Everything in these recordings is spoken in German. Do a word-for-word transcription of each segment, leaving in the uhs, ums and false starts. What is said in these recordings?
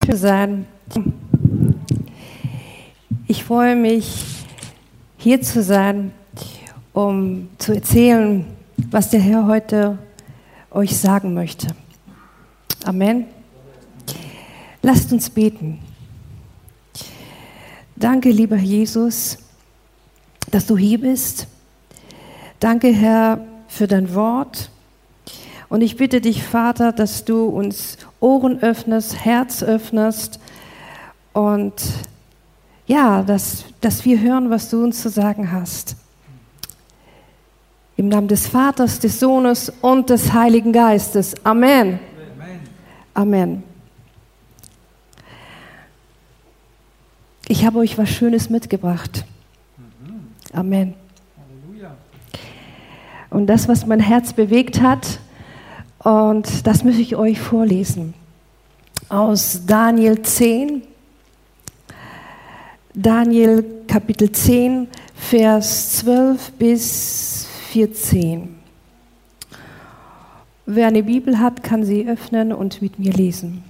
schön sein. Ich freue mich, hier zu sein, um zu erzählen, was der Herr heute euch sagen möchte. Amen. Lasst uns beten. Danke, lieber Jesus, dass du hier bist. Danke, Herr, für dein Wort. Und ich bitte dich, Vater, dass du uns Ohren öffnest, Herz öffnest und ja, dass, dass wir hören, was du uns zu sagen hast. Im Namen des Vaters, des Sohnes und des Heiligen Geistes. Amen. Amen. Amen. Ich habe euch was Schönes mitgebracht. Mhm. Amen. Halleluja. Und das, was mein Herz bewegt hat, und das möchte ich euch vorlesen. Aus Daniel zehn. Daniel Kapitel zehn, Vers zwölf bis vierzehn. Wer eine Bibel hat, kann sie öffnen und mit mir lesen.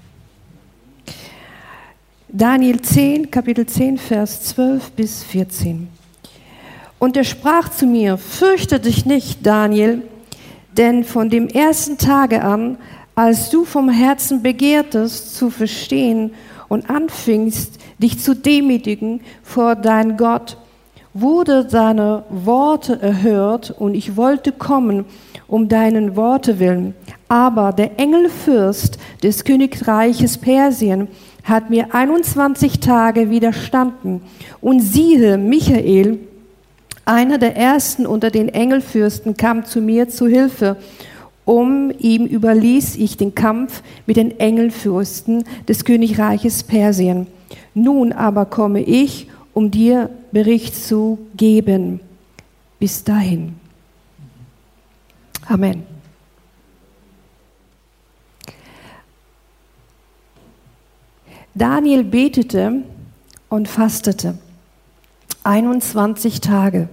Daniel zehn, Kapitel zehn, Vers zwölf bis vierzehn. Und er sprach zu mir: Fürchte dich nicht, Daniel, denn von dem ersten Tage an, als du vom Herzen begehrtest zu verstehen und anfingst, dich zu demütigen vor dein Gott, wurde deine Worte erhört, und ich wollte kommen um deinen Worte willen. Aber der Engelfürst des Königreiches Persien hat mir einundzwanzig Tage widerstanden. Und siehe, Michael, einer der ersten unter den Engelfürsten, kam zu mir zu Hilfe. Um ihm überließ ich den Kampf mit den Engelfürsten des Königreiches Persien. Nun aber komme ich, um dir Bericht zu geben. Bis dahin. Amen. Daniel betete und fastete einundzwanzig Tage.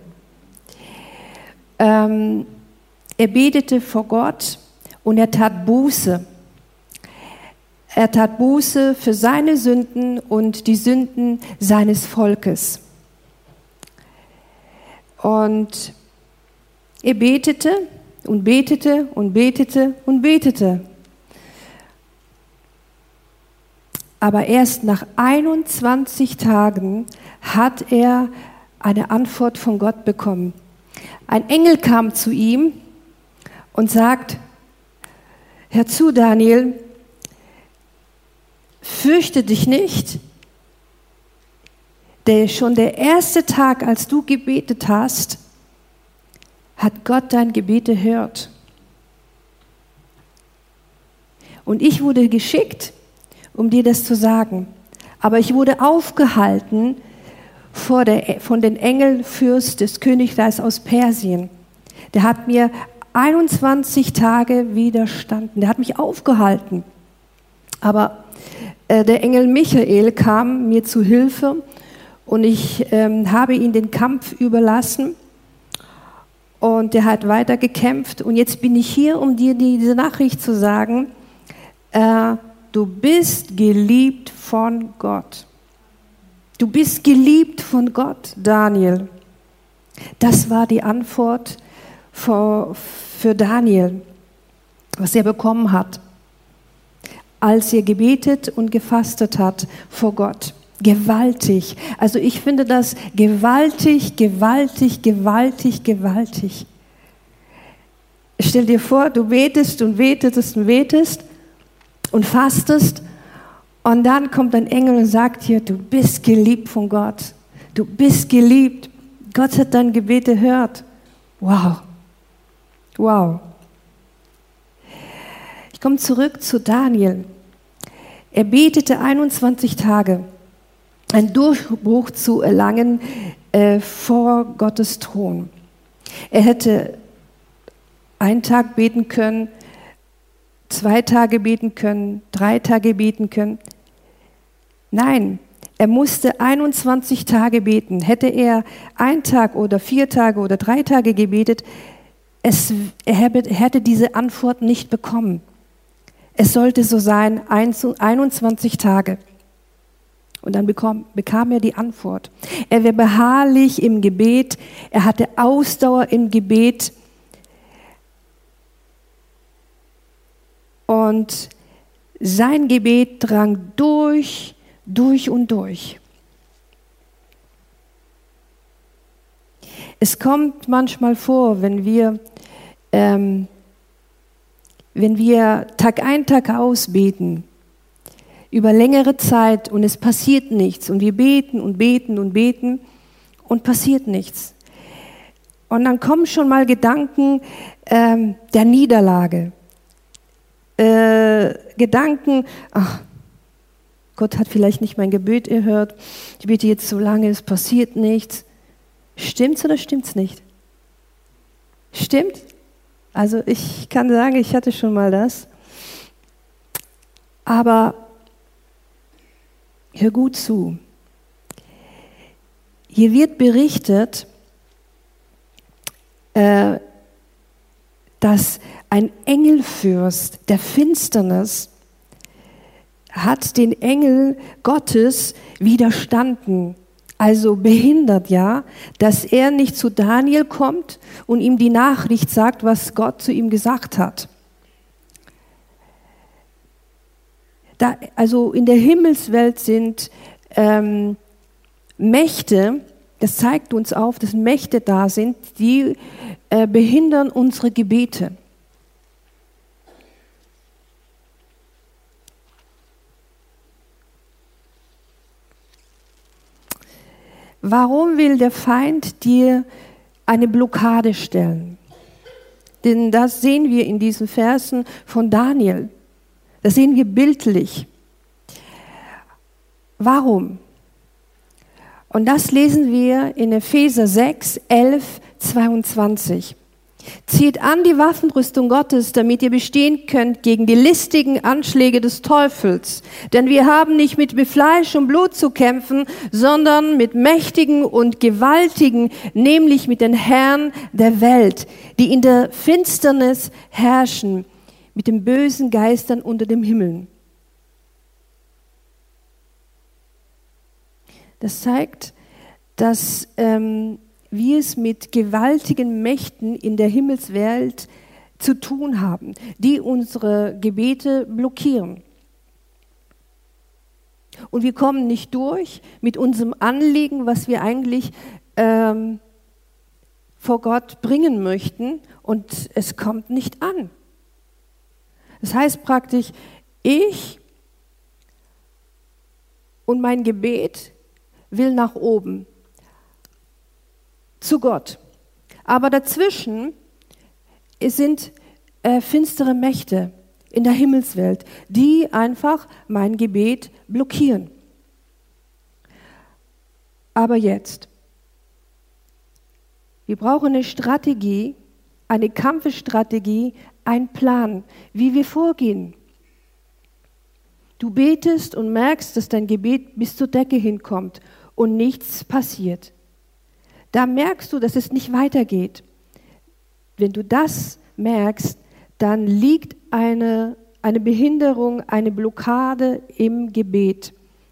Ähm, er betete vor Gott und er tat Buße. Er tat Buße für seine Sünden und die Sünden seines Volkes. Und er betete und betete und betete und betete. Aber erst nach einundzwanzig Tagen hat er eine Antwort von Gott bekommen. Ein Engel kam zu ihm und sagt: Hör zu, Daniel, fürchte dich nicht, denn schon der erste Tag, als du gebetet hast, hat Gott dein Gebet erhört. Und ich wurde geschickt, um dir das zu sagen. Aber ich wurde aufgehalten vor der, von den Engelfürst des Königreichs aus Persien. Der hat mir einundzwanzig Tage widerstanden. Der hat mich aufgehalten. Aber äh, der Engel Michael kam mir zu Hilfe und ich ähm, habe ihn den Kampf überlassen. Und der hat weiter gekämpft. Und jetzt bin ich hier, um dir die, diese Nachricht zu sagen: äh, Du bist geliebt von Gott. Du bist geliebt von Gott, Daniel. Das war die Antwort für, für Daniel, was er bekommen hat, als er gebetet und gefastet hat vor Gott. Gewaltig. Also ich finde das gewaltig, gewaltig, gewaltig, gewaltig. Stell dir vor, du betest und betest und betest und fastest, und dann kommt ein Engel und sagt dir: Du bist geliebt von Gott. Du bist geliebt. Gott hat dein Gebet erhört. Wow. Wow. Ich komme zurück zu Daniel. Er betete einundzwanzig Tage, einen Durchbruch zu erlangen äh, vor Gottes Thron. Er hätte einen Tag beten können, zwei Tage beten können, drei Tage beten können. Nein, er musste einundzwanzig Tage beten. Hätte er einen Tag oder vier Tage oder drei Tage gebetet, es, er hätte diese Antwort nicht bekommen. Es sollte so sein, einundzwanzig Tage. Und dann bekam, bekam er die Antwort. Er war beharrlich im Gebet, er hatte Ausdauer im Gebet und sein Gebet drang durch, durch und durch. Es kommt manchmal vor, wenn wir, ähm, wenn wir Tag ein, Tag aus beten, über längere Zeit und es passiert nichts und wir beten und beten und beten und passiert nichts. Und dann kommen schon mal Gedanken ähm, der Niederlage, äh, Gedanken, ach, Gott hat vielleicht nicht mein Gebet erhört, ich bete jetzt so lange, es passiert nichts. Stimmt's oder stimmt's nicht? Stimmt? Also ich kann sagen, ich hatte schon mal das. Aber hör gut zu. Hier wird berichtet, äh, dass ein Engelfürst der Finsternis hat den Engel Gottes widerstanden. Also behindert, ja, dass er nicht zu Daniel kommt und ihm die Nachricht sagt, was Gott zu ihm gesagt hat. Da, also in der Himmelswelt sind ähm, Mächte, das zeigt uns auf, dass Mächte da sind, die äh, behindern unsere Gebete. Warum will der Feind dir eine Blockade stellen? Denn das sehen wir in diesen Versen von Daniel. Das sehen wir bildlich. Warum? Und das lesen wir in Epheser sechs, elf, zweiundzwanzig. Zieht an die Waffenrüstung Gottes, damit ihr bestehen könnt gegen die listigen Anschläge des Teufels. Denn wir haben nicht mit Fleisch und Blut zu kämpfen, sondern mit Mächtigen und Gewaltigen, nämlich mit den Herren der Welt, die in der Finsternis herrschen, mit den bösen Geistern unter dem Himmel. Das zeigt, dass ähm, wir es mit gewaltigen Mächten in der Himmelswelt zu tun haben, die unsere Gebete blockieren. Und wir kommen nicht durch mit unserem Anliegen, was wir eigentlich ähm, vor Gott bringen möchten, und es kommt nicht an. Das heißt praktisch, ich und mein Gebet will nach oben, zu Gott. Aber dazwischen sind äh, finstere Mächte in der Himmelswelt, die einfach mein Gebet blockieren. Aber jetzt, wir brauchen eine Strategie, eine Kampfstrategie, einen Plan, wie wir vorgehen. Du betest und merkst, dass dein Gebet bis zur Decke hinkommt und nichts passiert. Da merkst du, dass es nicht weitergeht. Wenn du das merkst, dann liegt eine, eine Behinderung, eine Blockade im Gebet.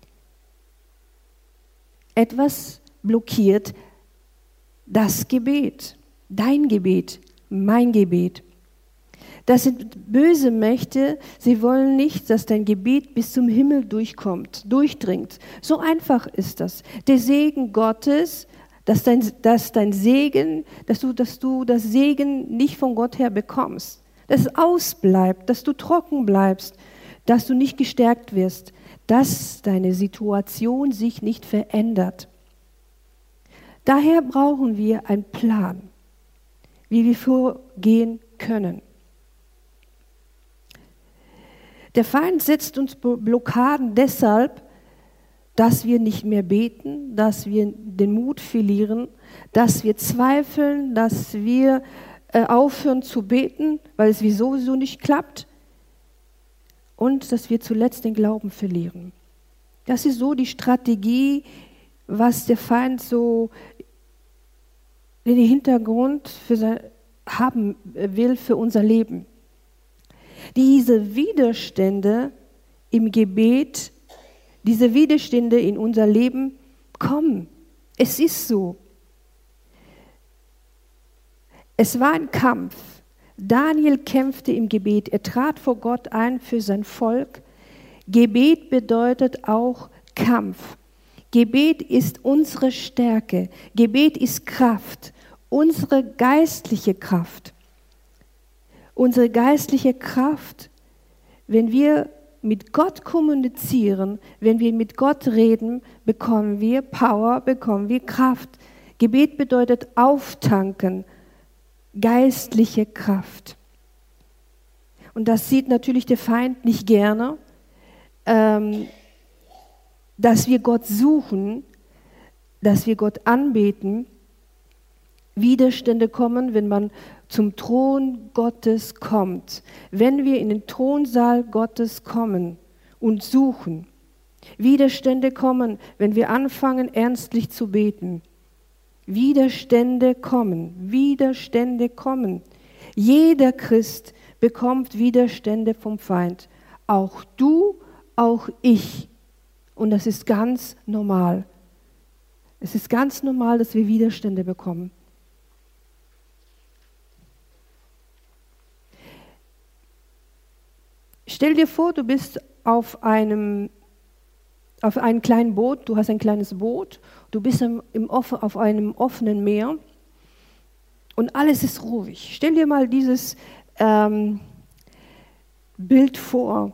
Etwas blockiert das Gebet, dein Gebet, mein Gebet. Das sind böse Mächte, sie wollen nicht, dass dein Gebet bis zum Himmel durchkommt, durchdringt. So einfach ist das. Der Segen Gottes, dass dein, dass dein Segen, dass du, dass du das Segen nicht von Gott her bekommst, dass es ausbleibt, dass du trocken bleibst, dass du nicht gestärkt wirst, dass deine Situation sich nicht verändert. Daher brauchen wir einen Plan, wie wir vorgehen können. Der Feind setzt uns Blockaden deshalb, dass wir nicht mehr beten, dass wir den Mut verlieren, dass wir zweifeln, dass wir äh, aufhören zu beten, weil es sowieso nicht klappt, und dass wir zuletzt den Glauben verlieren. Das ist so die Strategie, was der Feind so in den Hintergrund für sein, haben will für unser Leben. Diese Widerstände im Gebet, diese Widerstände in unser Leben kommen. Es ist so. Es war ein Kampf. Daniel kämpfte im Gebet. Er trat vor Gott ein für sein Volk. Gebet bedeutet auch Kampf. Gebet ist unsere Stärke. Gebet ist Kraft, unsere geistliche Kraft. Unsere geistliche Kraft, wenn wir mit Gott kommunizieren, wenn wir mit Gott reden, bekommen wir Power, bekommen wir Kraft. Gebet bedeutet auftanken, geistliche Kraft. Und das sieht natürlich der Feind nicht gerne, ähm, dass wir Gott suchen, dass wir Gott anbeten. Widerstände kommen, wenn man zum Thron Gottes kommt, wenn wir in den Thronsaal Gottes kommen und suchen. Widerstände kommen, wenn wir anfangen, ernstlich zu beten. Widerstände kommen, Widerstände kommen. Jeder Christ bekommt Widerstände vom Feind. Auch du, auch ich. Und das ist ganz normal. Es ist ganz normal, dass wir Widerstände bekommen. Stell dir vor, du bist auf einem, auf einem kleinen Boot, du hast ein kleines Boot, du bist im, im, auf einem offenen Meer und alles ist ruhig. Stell dir mal dieses ähm, Bild vor.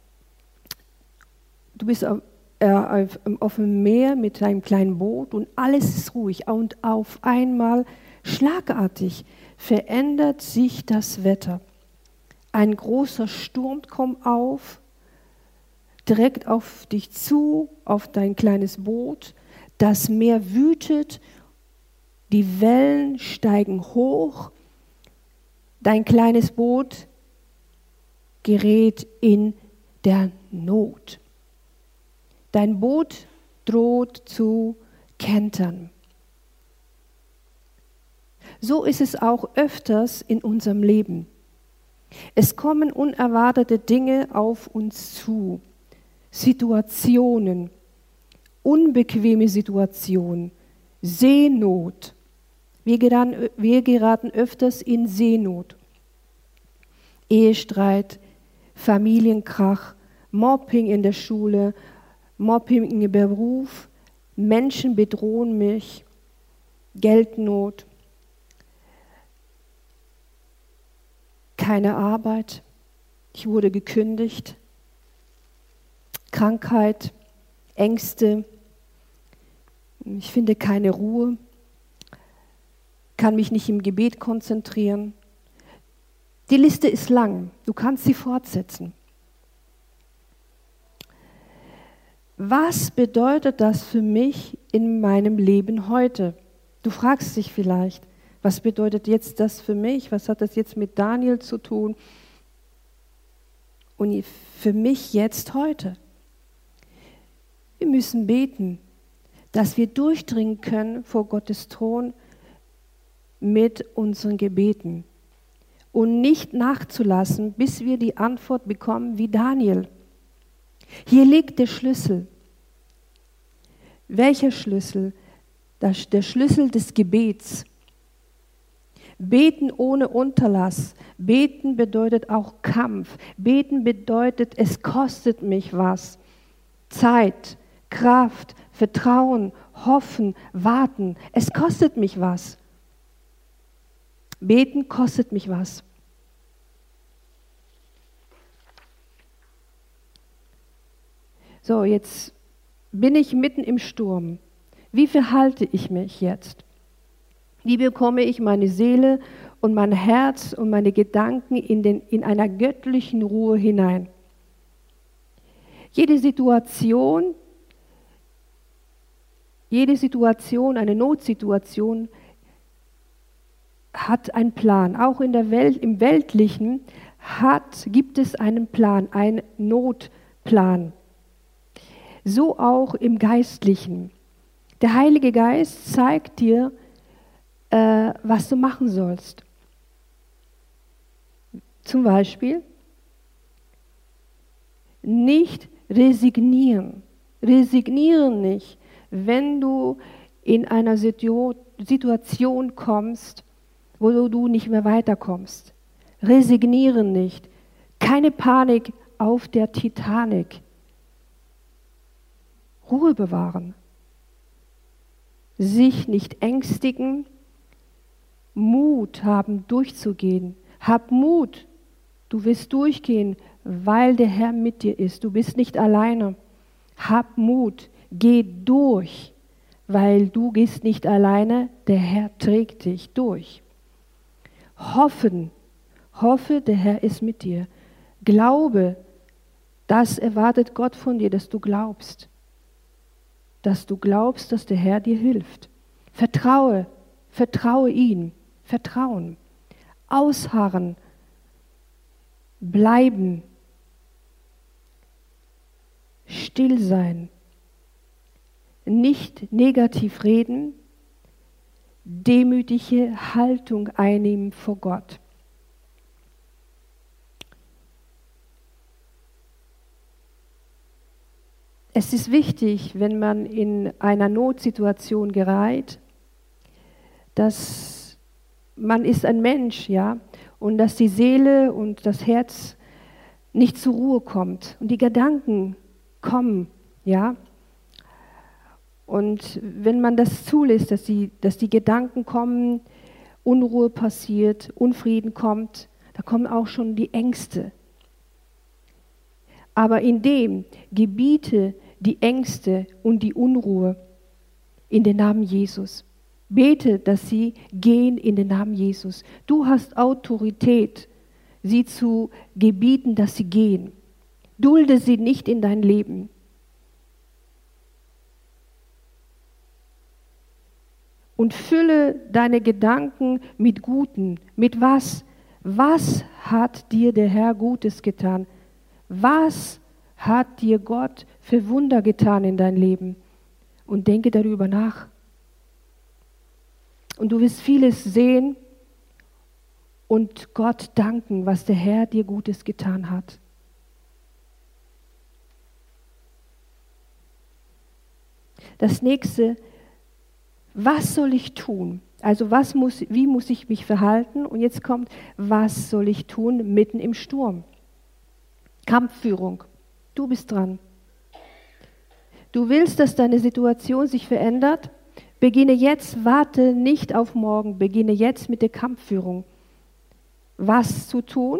Du bist auf, äh, auf, auf dem Meer mit einem kleinen Boot und alles ist ruhig und auf einmal schlagartig verändert sich das Wetter. Ein großer Sturm kommt auf, direkt auf dich zu, auf dein kleines Boot. Das Meer wütet, die Wellen steigen hoch. Dein kleines Boot gerät in der Not. Dein Boot droht zu kentern. So ist es auch öfters in unserem Leben. Es kommen unerwartete Dinge auf uns zu, Situationen, unbequeme Situationen, Seenot. Wir geraten, wir geraten öfters in Seenot. Ehestreit, Familienkrach, Mobbing in der Schule, Mobbing im Beruf, Menschen bedrohen mich, Geldnot. Keine Arbeit, ich wurde gekündigt, Krankheit, Ängste, ich finde keine Ruhe, kann mich nicht im Gebet konzentrieren. Die Liste ist lang, du kannst sie fortsetzen. Was bedeutet das für mich in meinem Leben heute? Du fragst dich vielleicht, was bedeutet jetzt das für mich? Was hat das jetzt mit Daniel zu tun? Und für mich jetzt heute. Wir müssen beten, dass wir durchdringen können vor Gottes Thron mit unseren Gebeten und nicht nachzulassen, bis wir die Antwort bekommen wie Daniel. Hier liegt der Schlüssel. Welcher Schlüssel? Das, der Schlüssel des Gebets. Beten ohne Unterlass. Beten bedeutet auch Kampf. Beten bedeutet, es kostet mich was. Zeit, Kraft, Vertrauen, Hoffen, Warten. Es kostet mich was. Beten kostet mich was. So, jetzt bin ich mitten im Sturm. Wie verhalte ich mich jetzt? Wie bekomme ich meine Seele und mein Herz und meine Gedanken in, den, in einer göttlichen Ruhe hinein? Jede Situation, jede Situation, eine Notsituation hat einen Plan. Auch in der Welt, im Weltlichen hat, gibt es einen Plan, einen Notplan. So auch im Geistlichen. Der Heilige Geist zeigt dir, äh, was du machen sollst. Zum Beispiel nicht resignieren. Resigniere nicht, wenn du in einer Situation kommst, wo du nicht mehr weiterkommst. Resigniere nicht. Keine Panik auf der Titanic. Ruhe bewahren. Sich nicht ängstigen. Mut haben, durchzugehen. Hab Mut. Du wirst durchgehen, weil der Herr mit dir ist. Du bist nicht alleine. Hab Mut. Geh durch, weil du gehst nicht alleine. Der Herr trägt dich durch. Hoffen. Hoffe, der Herr ist mit dir. Glaube, das erwartet Gott von dir, dass du glaubst. Dass du glaubst, dass der Herr dir hilft. Vertraue, vertraue ihm. Vertrauen. Ausharren. Bleiben. Still sein. Nicht negativ reden. Demütige Haltung einnehmen vor Gott. Es ist wichtig, wenn man in einer Notsituation gerät, dass man ist ein Mensch, ja, und dass die Seele und das Herz nicht zur Ruhe kommt und die Gedanken kommen, ja. Und wenn man das zulässt, dass die, dass die Gedanken kommen, Unruhe passiert, Unfrieden kommt, da kommen auch schon die Ängste. Aber indem gebiete die Ängste und die Unruhe in den Namen Jesus. Bete, dass sie gehen in den Namen Jesus. Du hast Autorität, sie zu gebieten, dass sie gehen. Dulde sie nicht in dein Leben. Und fülle deine Gedanken mit Guten. Mit was? Was hat dir der Herr Gutes getan? Was hat dir Gott für Wunder getan in dein Leben? Und denke darüber nach. Und du wirst vieles sehen und Gott danken, was der Herr dir Gutes getan hat. Das nächste, was soll ich tun? Also was muss, wie muss ich mich verhalten? Und jetzt kommt, was soll ich tun mitten im Sturm? Kampfführung. Du bist dran. Du willst, dass deine Situation sich verändert? Beginne jetzt, warte nicht auf morgen, beginne jetzt mit der Kampfführung. Was zu tun?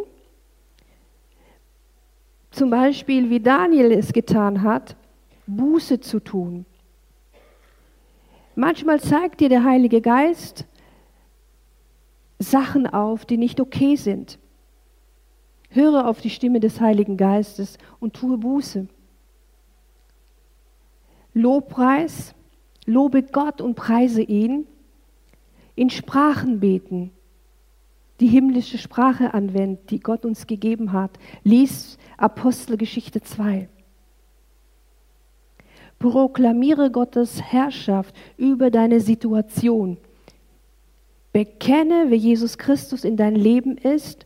Zum Beispiel, wie Daniel es getan hat, Buße zu tun. Manchmal zeigt dir der Heilige Geist Sachen auf, die nicht okay sind. Höre auf die Stimme des Heiligen Geistes und tue Buße. Lobpreis, lobe Gott und preise ihn. In Sprachen beten, die himmlische Sprache anwenden, die Gott uns gegeben hat. Lies Apostelgeschichte zwei. Proklamiere Gottes Herrschaft über deine Situation. Bekenne, wer Jesus Christus in dein Leben ist.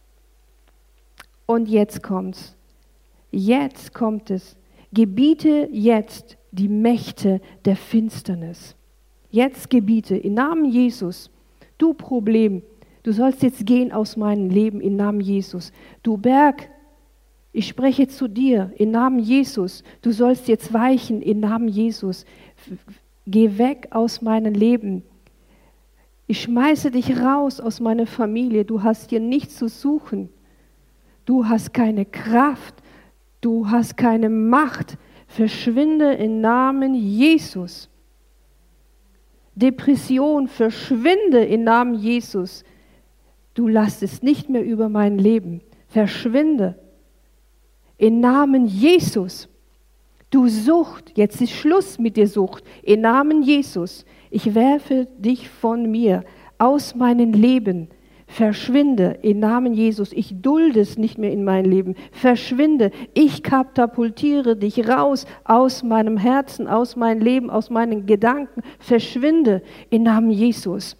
Und jetzt kommt's. Jetzt kommt es. Gebiete jetzt die Mächte der Finsternis. Jetzt gebiete im Namen Jesus. Du Problem, du sollst jetzt gehen aus meinem Leben im Namen Jesus. Du Berg, ich spreche zu dir im Namen Jesus. Du sollst jetzt weichen im Namen Jesus. Geh weg aus meinem Leben. Ich schmeiße dich raus aus meiner Familie. Du hast hier nichts zu suchen. Du hast keine Kraft. Du hast keine Macht. Verschwinde im Namen Jesus. Depression, verschwinde im Namen Jesus. Du lässt es nicht mehr über mein Leben. Verschwinde. Im Namen Jesus. Du Sucht, jetzt ist Schluss mit der Sucht. Im Namen Jesus. Ich werfe dich von mir aus meinem Leben. Verschwinde im Namen Jesus. Ich dulde es nicht mehr in mein Leben. Verschwinde. Ich katapultiere dich raus aus meinem Herzen, aus meinem Leben, aus meinen Gedanken. Verschwinde im Namen Jesus.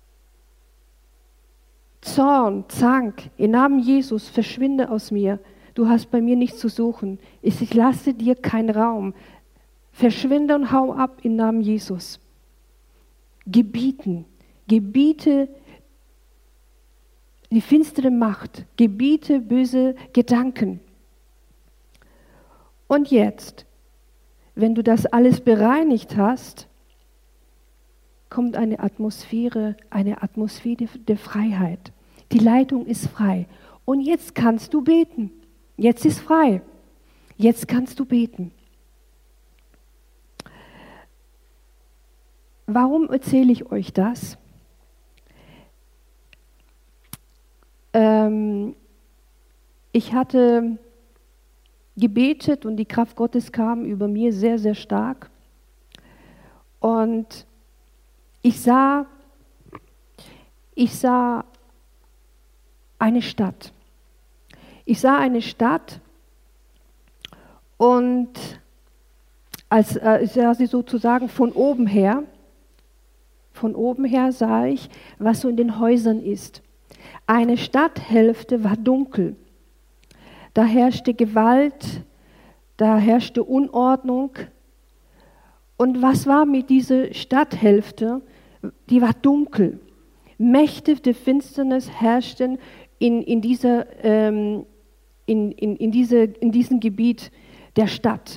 Zorn, Zank, im Namen Jesus, verschwinde aus mir. du hast bei mir nichts zu suchen. Ich lasse dir keinen Raum. Verschwinde und hau ab im Namen Jesus. Gebieten, gebiete die finstere Macht, gebiete böse Gedanken. Und jetzt, wenn du das alles bereinigt hast, kommt eine Atmosphäre, eine Atmosphäre der Freiheit. Die Leitung ist frei. Und jetzt kannst du beten. Jetzt ist frei. Jetzt kannst du beten. Warum erzähle ich euch das? Ähm, ich hatte gebetet und die Kraft Gottes kam über mir sehr, sehr stark. Und ich sah, ich sah eine Stadt. Ich sah eine Stadt und als äh, ich sah sie sozusagen von oben her. Von oben her sah ich, was so in den Häusern ist. Eine Stadthälfte war dunkel. Da herrschte Gewalt, da herrschte Unordnung. Und was war mit dieser Stadthälfte? Die war dunkel. Mächte der Finsternis herrschten in, in, dieser, ähm, in, in, in, diese, in diesem Gebiet der Stadt.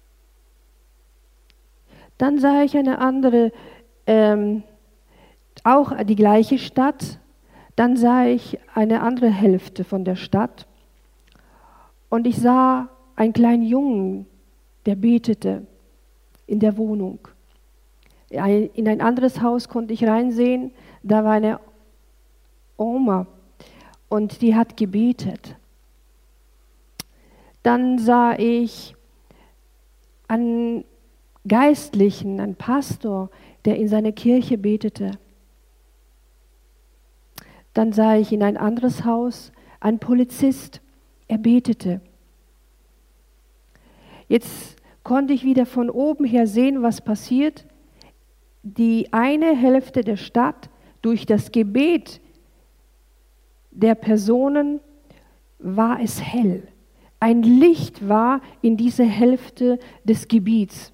Dann sah ich eine andere, ähm, auch die gleiche Stadt. Dann sah ich eine andere Hälfte von der Stadt. Und ich sah einen kleinen Jungen, der betete in der Wohnung. In ein anderes Haus konnte ich reinsehen, da war eine Oma und die hat gebetet. Dann sah ich einen Geistlichen, einen Pastor, der in seiner Kirche betete. Dann sah ich in ein anderes Haus einen Polizist, er betete. Jetzt konnte ich wieder von oben her sehen, was passiert. Die eine Hälfte der Stadt, durch das Gebet der Personen, war es hell. Ein Licht war in dieser Hälfte des Gebiets.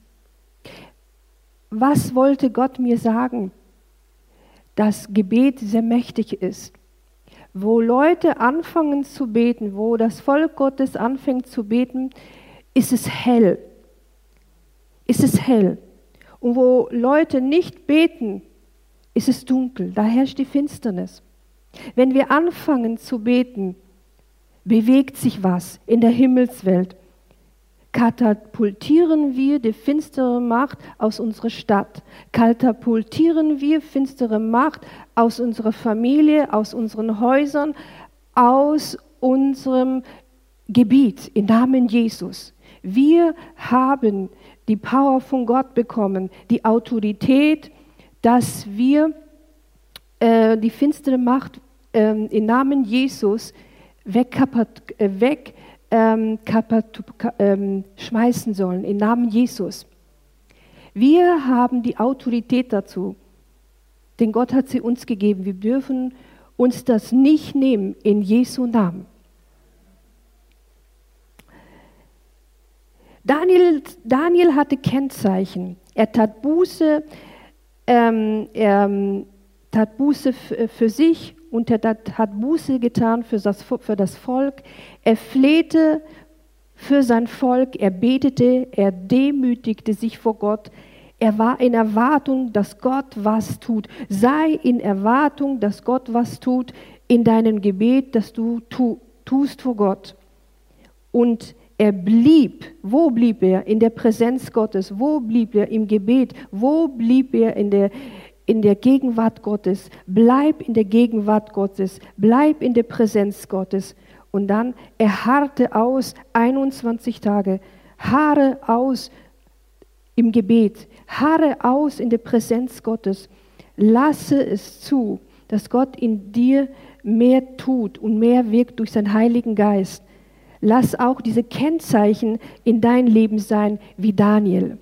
Was wollte Gott mir sagen? Dass Gebet sehr mächtig ist. Wo Leute anfangen zu beten, wo das Volk Gottes anfängt zu beten, ist es hell. Ist es hell. Und wo Leute nicht beten, ist es dunkel. Da herrscht die Finsternis. Wenn wir anfangen zu beten, bewegt sich was in der Himmelswelt. Katapultieren wir die finstere Macht aus unserer Stadt. Katapultieren wir finstere Macht aus unserer Familie, aus unseren Häusern, aus unserem Gebiet im Namen Jesus. Wir haben die Power von Gott bekommen, die Autorität, dass wir äh, die finstere Macht äh, im Namen Jesus wegschmeißen äh, weg, ähm, ähm, schmeißen sollen, im Namen Jesus. Wir haben die Autorität dazu, denn Gott hat sie uns gegeben. Wir dürfen uns das nicht nehmen, in Jesu Namen. Daniel, Daniel hatte Kennzeichen. Er tat Buße, ähm, er tat Buße für sich und er hat Buße getan für das, für das Volk. Er flehte für sein Volk, er betete, er demütigte sich vor Gott. Er war in Erwartung, dass Gott was tut. Sei in Erwartung, dass Gott was tut in deinem Gebet, das du tu, tust vor Gott. Und er blieb, wo blieb er? In der Präsenz Gottes. Wo blieb er? Im Gebet. Wo blieb er? In der, in der Gegenwart Gottes. Bleib in der Gegenwart Gottes. Bleib in der Präsenz Gottes. Und dann, er harrte aus einundzwanzig Tage. Harre aus im Gebet. Harre aus in der Präsenz Gottes. Lasse es zu, dass Gott in dir mehr tut und mehr wirkt durch seinen Heiligen Geist. Lass auch diese Kennzeichen in dein Leben sein wie Daniel.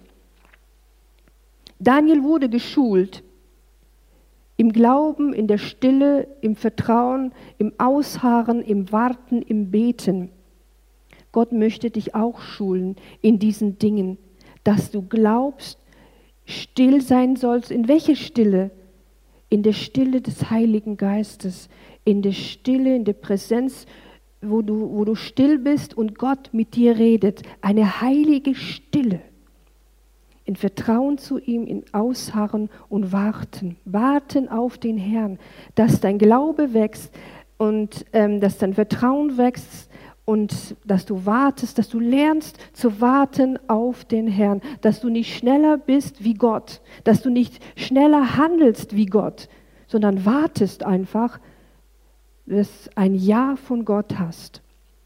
Daniel wurde geschult im Glauben, in der Stille, im Vertrauen, im Ausharren, im Warten, im Beten. Gott möchte dich auch schulen in diesen Dingen, dass du glaubst, still sein sollst. In welche Stille? In der Stille des Heiligen Geistes, in der Stille, in der Präsenz, wo du, wo du still bist und Gott mit dir redet. Eine heilige Stille. In Vertrauen zu ihm, in Ausharren und Warten. Warten auf den Herrn, dass dein Glaube wächst und ähm, dass dein Vertrauen wächst und dass du wartest, dass du lernst zu warten auf den Herrn, dass du nicht schneller bist wie Gott, dass du nicht schneller handelst wie Gott, sondern wartest einfach, dass ein Ja von Gott hast.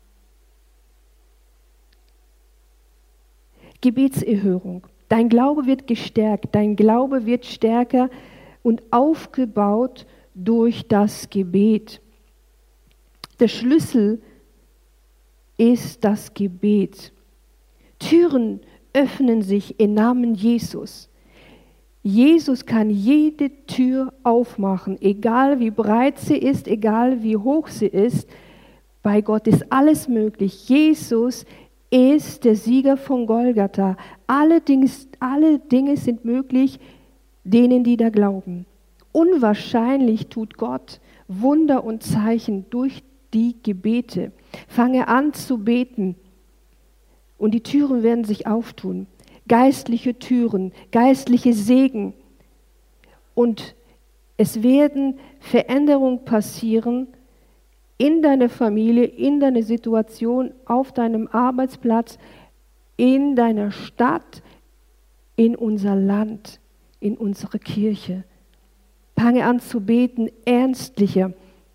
Gebetserhörung. Dein Glaube wird gestärkt, dein Glaube wird stärker und aufgebaut durch das Gebet. Der Schlüssel ist das Gebet. Türen öffnen sich im Namen Jesus. Jesus kann jede Tür aufmachen, egal wie breit sie ist, egal wie hoch sie ist. Bei Gott ist alles möglich. Jesus ist der Sieger von Golgatha. Alle Dinge, alle Dinge sind möglich, denen, die da glauben. Unwahrscheinlich tut Gott Wunder und Zeichen durch die Gebete. Fange an zu beten und die Türen werden sich auftun. Geistliche Türen, geistliche Segen. Und es werden Veränderungen passieren in deiner Familie, in deiner Situation, auf deinem Arbeitsplatz, in deiner Stadt, in unser Land, in unsere Kirche. Fange an zu beten, ernstlicher.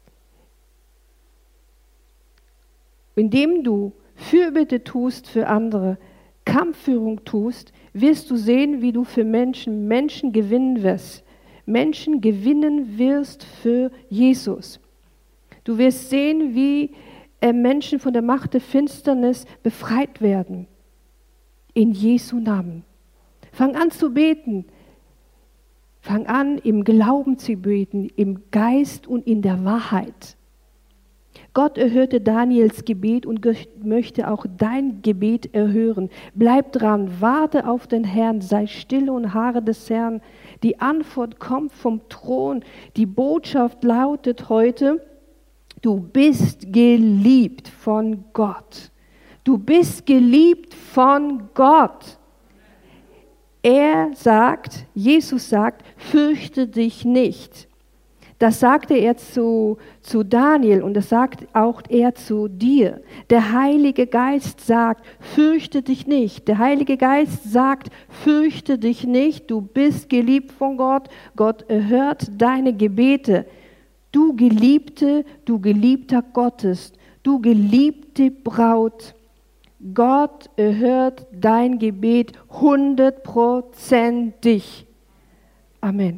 Indem du Fürbitte tust für andere, Kampfführung tust, wirst du sehen, wie du für Menschen Menschen gewinnen wirst. Menschen gewinnen wirst für Jesus. Du wirst sehen, wie Menschen von der Macht der Finsternis befreit werden. In Jesu Namen. Fang an zu beten. Fang an, im Glauben zu beten, im Geist und in der Wahrheit. Gott erhörte Daniels Gebet und möchte auch dein Gebet erhören. Bleib dran, warte auf den Herrn, sei still und harre des Herrn. Die Antwort kommt vom Thron. Die Botschaft lautet heute, du bist geliebt von Gott. Du bist geliebt von Gott. Er sagt, Jesus sagt, fürchte dich nicht. Das sagte er zu, zu Daniel und das sagt auch er zu dir. Der Heilige Geist sagt, fürchte dich nicht. Der Heilige Geist sagt, fürchte dich nicht. Du bist geliebt von Gott. Gott erhört deine Gebete. Du Geliebte, du Geliebter Gottes, du geliebte Braut. Gott erhört dein Gebet hundertprozentig. Amen.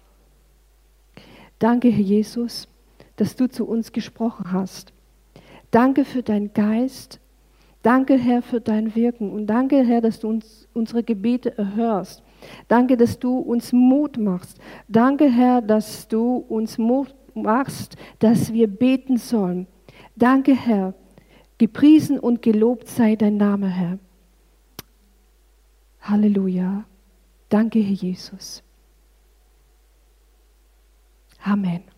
Danke, Herr Jesus, dass du zu uns gesprochen hast. Danke für deinen Geist. Danke, Herr, für dein Wirken. Und danke, Herr, dass du uns unsere Gebete erhörst. Danke, dass du uns Mut machst. Danke, Herr, dass du uns Mut machst, dass wir beten sollen. Danke, Herr. Gepriesen und gelobt sei dein Name, Herr. Halleluja. Danke, Herr Jesus. Amen.